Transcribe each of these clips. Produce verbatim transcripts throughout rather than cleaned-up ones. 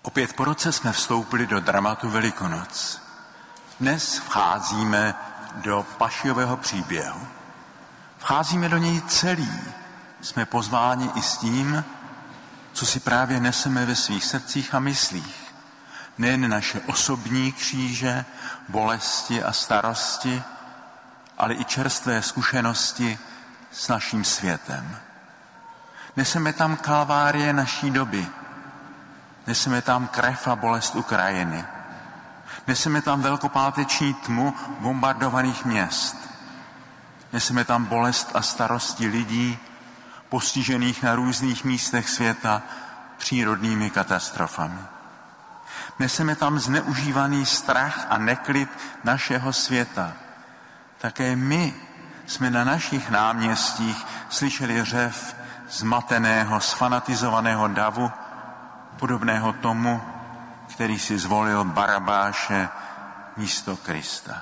Opět po roce jsme vstoupili do dramatu Velikonoc. Dnes vcházíme do Pašiového příběhu. Vcházíme do něj celý. Jsme pozváni i s tím, co si právě neseme ve svých srdcích a myslích. Nejen naše osobní kříže, bolesti a starosti, ale i čerstvé zkušenosti s naším světem. Neseme tam kalvárie naší doby. Neseme tam krev a bolest Ukrajiny. Neseme tam velkopáteční tmu bombardovaných měst. Neseme tam bolest a starosti lidí, postižených na různých místech světa přírodními katastrofami. Neseme tam zneužívaný strach a neklid našeho světa. Také my jsme na našich náměstích slyšeli řev zmateného, sfanatizovaného davu, podobného tomu, který si zvolil Barabáše místo Krista.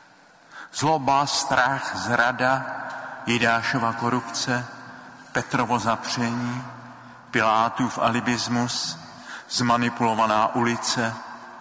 Zloba, strach, zrada, Jidášova korupce, Petrovo zapření, Pilátův alibismus, zmanipulovaná ulice,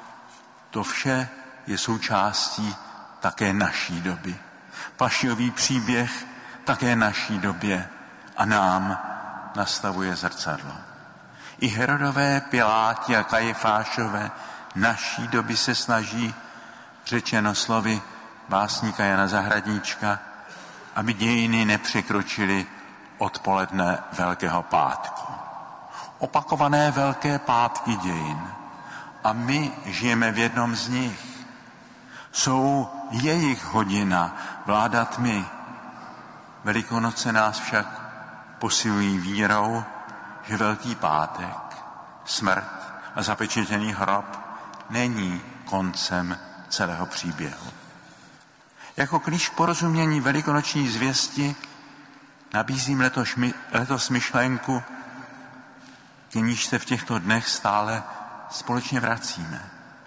to vše je součástí také naší doby. Pašiový příběh také naší době a nám nastavuje zrcadlo. I Herodové, Piláti a Kajefášové naší doby se snaží, řečeno slovy básníka Jana Zahradníčka, aby dějiny nepřekročily odpoledne Velkého pátku. Opakované Velké pátky dějin. A my žijeme v jednom z nich. Jsou jejich hodina vládat my. Velikonoce nás však posilují vírou, že Velký pátek, smrt a zapečetěný hrob není koncem celého příběhu. Jako klíč k porozumění velikonoční zvěsti nabízím letos, letos myšlenku, k níž se v těchto dnech stále společně vracíme.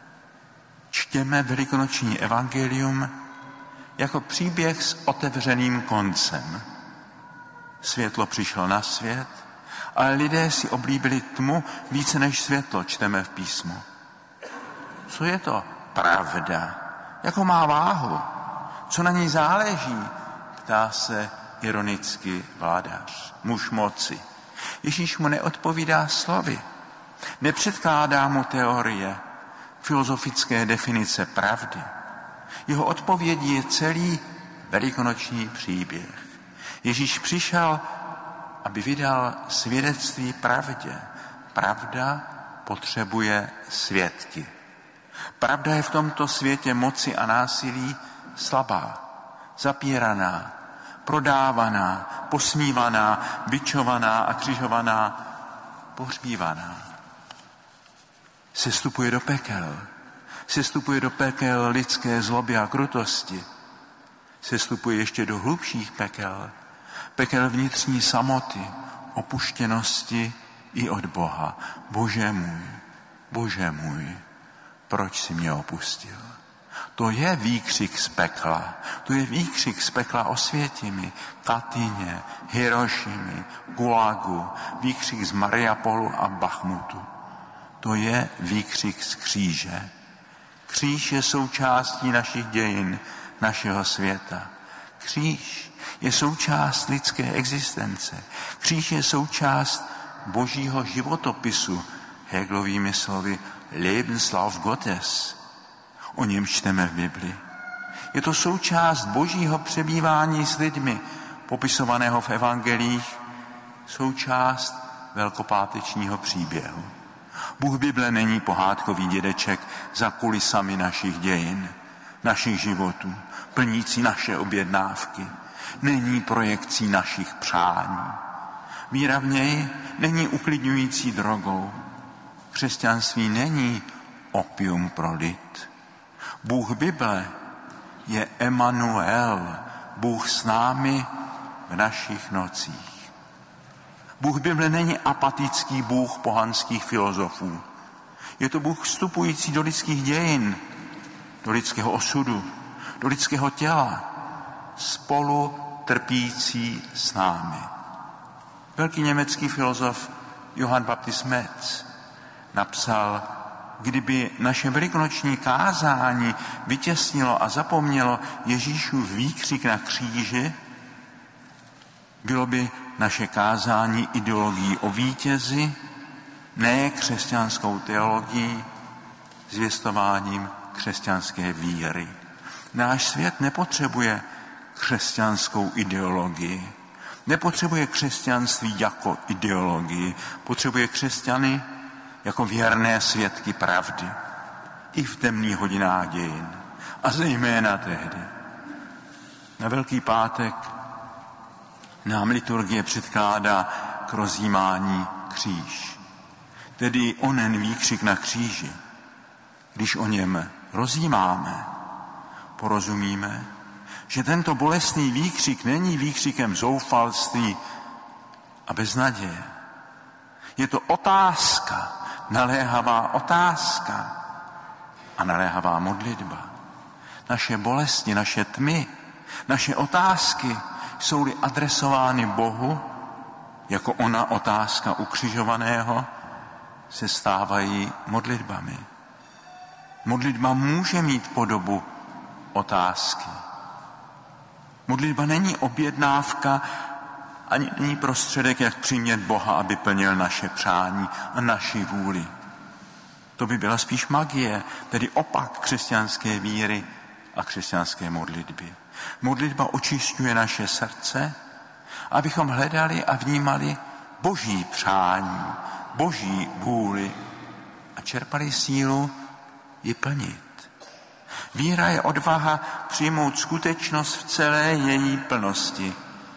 Čtěme velikonoční evangelium jako příběh s otevřeným koncem. Světlo přišlo na svět, ale lidé si oblíbili tmu více než světlo, čteme v písmu. Co je to pravda? Jakou má váhu? Co na ní záleží? Ptá se ironicky vládař, muž moci. Ježíš mu neodpovídá slovy. Nepředkládá mu teorie, filozofické definice pravdy. Jeho odpovědí je celý velikonoční příběh. Ježíš přišel, aby vydal svědectví pravdě. Pravda potřebuje svědky. Pravda je v tomto světě moci a násilí slabá, zapíraná, prodávaná, posmívaná, bičovaná a křižovaná, pohřbívaná. Sestupuje do pekel. Sestupuje do pekel lidské zloby a krutosti. Sestupuje ještě do hlubších pekel. Pekel vnitřní samoty, opuštěnosti i od Boha. Bože můj, Bože můj, proč jsi mě opustil? To je výkřik z pekla. To je výkřik z pekla Osvětimi, Katyně, Hirošimy, Gulagu, výkřik z Mariupolu a Bachmutu. To je výkřik z kříže. Kříž je součástí našich dějin, našeho světa. Kříž je součást lidské existence. Kříž je součást božího životopisu, Hegelovými slovy Lebenslauf Gottes. O něm čteme v Bibli. Je to součást božího přebývání s lidmi, popisovaného v evangelích, součást velkopátečního příběhu. Bůh Bible není pohádkový dědeček za kulisami našich dějin, našich životů, plnící naše objednávky. Není projekcí našich přání. Víra v něj není uklidňující drogou. Křesťanství není opium pro lid. Bůh Bible je Emanuel, Bůh s námi v našich nocích. Bůh Bible není apatický Bůh pohanských filozofů. Je to Bůh vstupující do lidských dějin, do lidského osudu, do lidského těla, spolu trpící s námi. Velký německý filozof Johann Baptist Metz napsal, kdyby naše velikonoční kázání vytěsnilo a zapomnělo Ježíšův výkřik na kříži, bylo by naše kázání ideologií o vítězi, ne křesťanskou teologií, zvěstováním křesťanské víry. Náš svět nepotřebuje křesťanskou ideologii, nepotřebuje křesťanství jako ideologii, potřebuje křesťany jako věrné svědky pravdy, i v temných hodinách dějin, a zejména tehdy. Na Velký pátek nám liturgie předkládá k rozjímání kříž, tedy onen výkřik na kříži. Když o něm rozjímáme, porozumíme, že tento bolestný výkřik není výkřikem zoufalství a beznaděje. Je to otázka, naléhavá otázka a naléhavá modlitba. Naše bolesti, naše tmy, naše otázky jsou-li adresovány Bohu, jako ona otázka ukřižovaného, se stávají modlitbami. Modlitba může mít podobu otázky. Modlitba není objednávka, ani není prostředek, jak přimět Boha, aby plnil naše přání a naši vůli. To by byla spíš magie, tedy opak křesťanské víry a křesťanské modlitby. Modlitba očišťuje naše srdce, abychom hledali a vnímali Boží přání, Boží vůli a čerpali sílu ji plnit. Víra je odvaha přijmout skutečnost v celé její plnosti,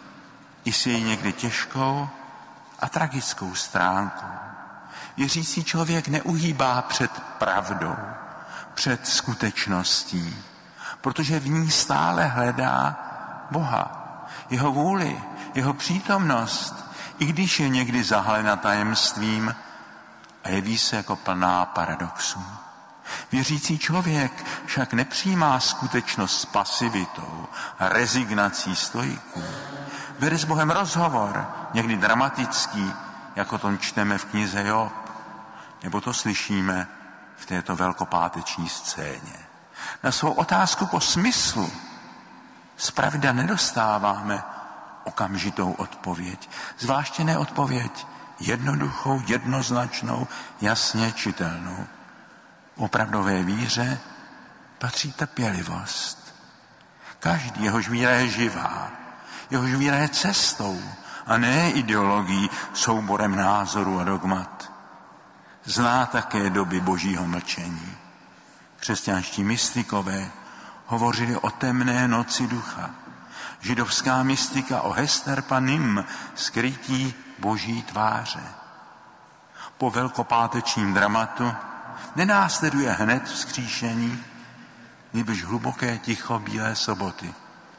i s její někdy těžkou a tragickou stránkou. Věřící člověk neuhýbá před pravdou, před skutečností, protože v ní stále hledá Boha, jeho vůli, jeho přítomnost, i když je někdy zahalena tajemstvím a jeví se jako plná paradoxů. Věřící člověk však nepřijímá skutečnost s pasivitou a rezignací stoiků. Vede s Bohem rozhovor, někdy dramatický, jako to čteme v knize Job, nebo to slyšíme v této velkopáteční scéně. Na svou otázku po smyslu zpravda nedostáváme okamžitou odpověď, zvláště ne odpověď jednoduchou, jednoznačnou, jasně čitelnou. V opravdové víře patří trpělivost. Každý, jehož víra je živá, jehož víra je cestou a ne ideologií, souborem názorů a dogmat. Zná také doby Božího mlčení. Křesťanští mystikové hovořili o temné noci ducha. Židovská mystika o Hester Panim, skrytí Boží tváře. Po velkopátečním dramatu nenásleduje hned vzkříšení, nýbrž hluboké ticho Bílé soboty.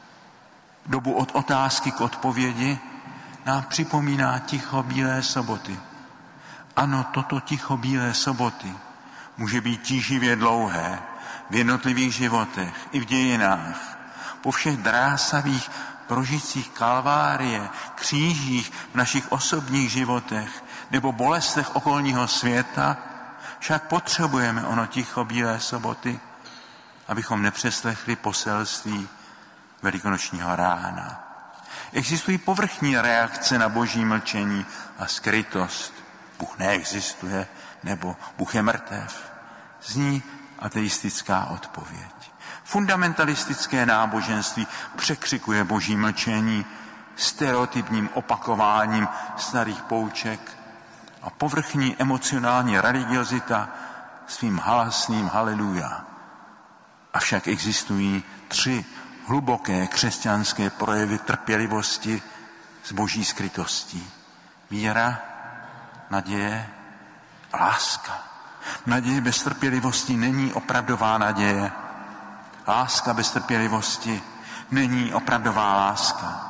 Dobu od otázky k odpovědi nám připomíná ticho Bílé soboty. Ano, toto ticho Bílé soboty může být tíživě dlouhé v jednotlivých životech i v dějinách, po všech drásavých prožitcích kalvárie, křížích v našich osobních životech nebo bolestech okolního světa, však potřebujeme ono ticho Bílé soboty, abychom nepřeslechli poselství velikonočního rána. Existují povrchní reakce na Boží mlčení a skrytost. Bůh neexistuje, nebo Bůh je mrtev. Zní ateistická odpověď. Fundamentalistické náboženství překřikuje Boží mlčení stereotypním opakováním starých pouček a povrchní emocionální religiozita svým halasným haleluja. Avšak existují tři hluboké křesťanské projevy trpělivosti s Boží skrytostí. Víra, naděje a láska. Naděje bez trpělivosti není opravdová naděje. Láska bez trpělivosti není opravdová láska.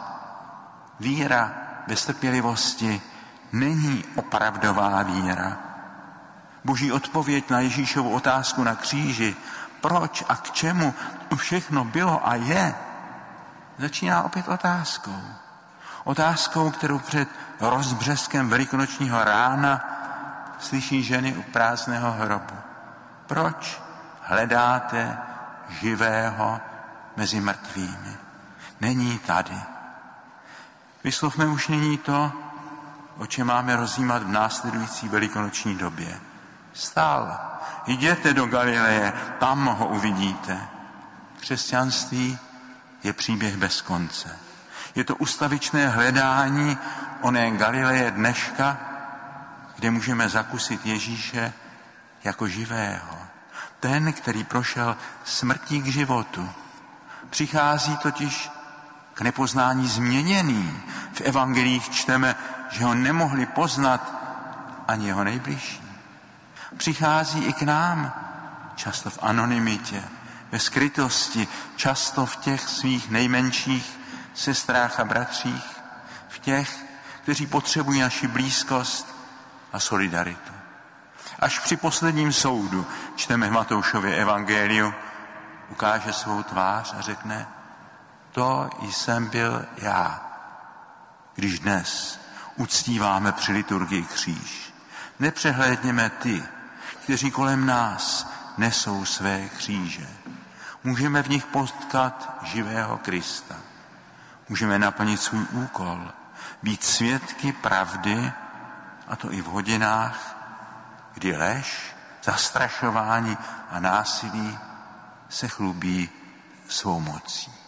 Víra bez trpělivosti není opravdová víra. Boží odpověď na Ježíšovu otázku na kříži, proč a k čemu to všechno bylo a je, začíná opět otázkou. Otázkou, kterou před rozbřeskem velikonočního rána slyší ženy u prázdného hrobu. Proč hledáte živého mezi mrtvými? Není tady. Vyslovme už nyní to, o čem máme rozjímat v následující velikonoční době. Vstal, jděte do Galileje, tam ho uvidíte. Křesťanství je příběh bez konce. Je to ustavičné hledání oné Galileje dneška, kde můžeme zakusit Ježíše jako živého. Ten, který prošel smrtí k životu. Přichází totiž k nepoznání změněný. V evangelích čteme, že ho nemohli poznat ani jeho nejbližší. Přichází i k nám, často v anonymitě, ve skrytosti, často v těch svých nejmenších sestrách a bratřích, v těch, kteří potřebují naši blízkost a solidaritu. Až při posledním soudu, čteme v Matoušově evangeliu, ukáže svou tvář a řekne, to jsem byl já, když dnes uctíváme při liturgii kříž. Nepřehlédněme ty, kteří kolem nás nesou své kříže. Můžeme v nich potkat živého Krista. Můžeme naplnit svůj úkol, být svědky pravdy, a to i v hodinách, kdy lež, zastrašování a násilí se chlubí svou mocí.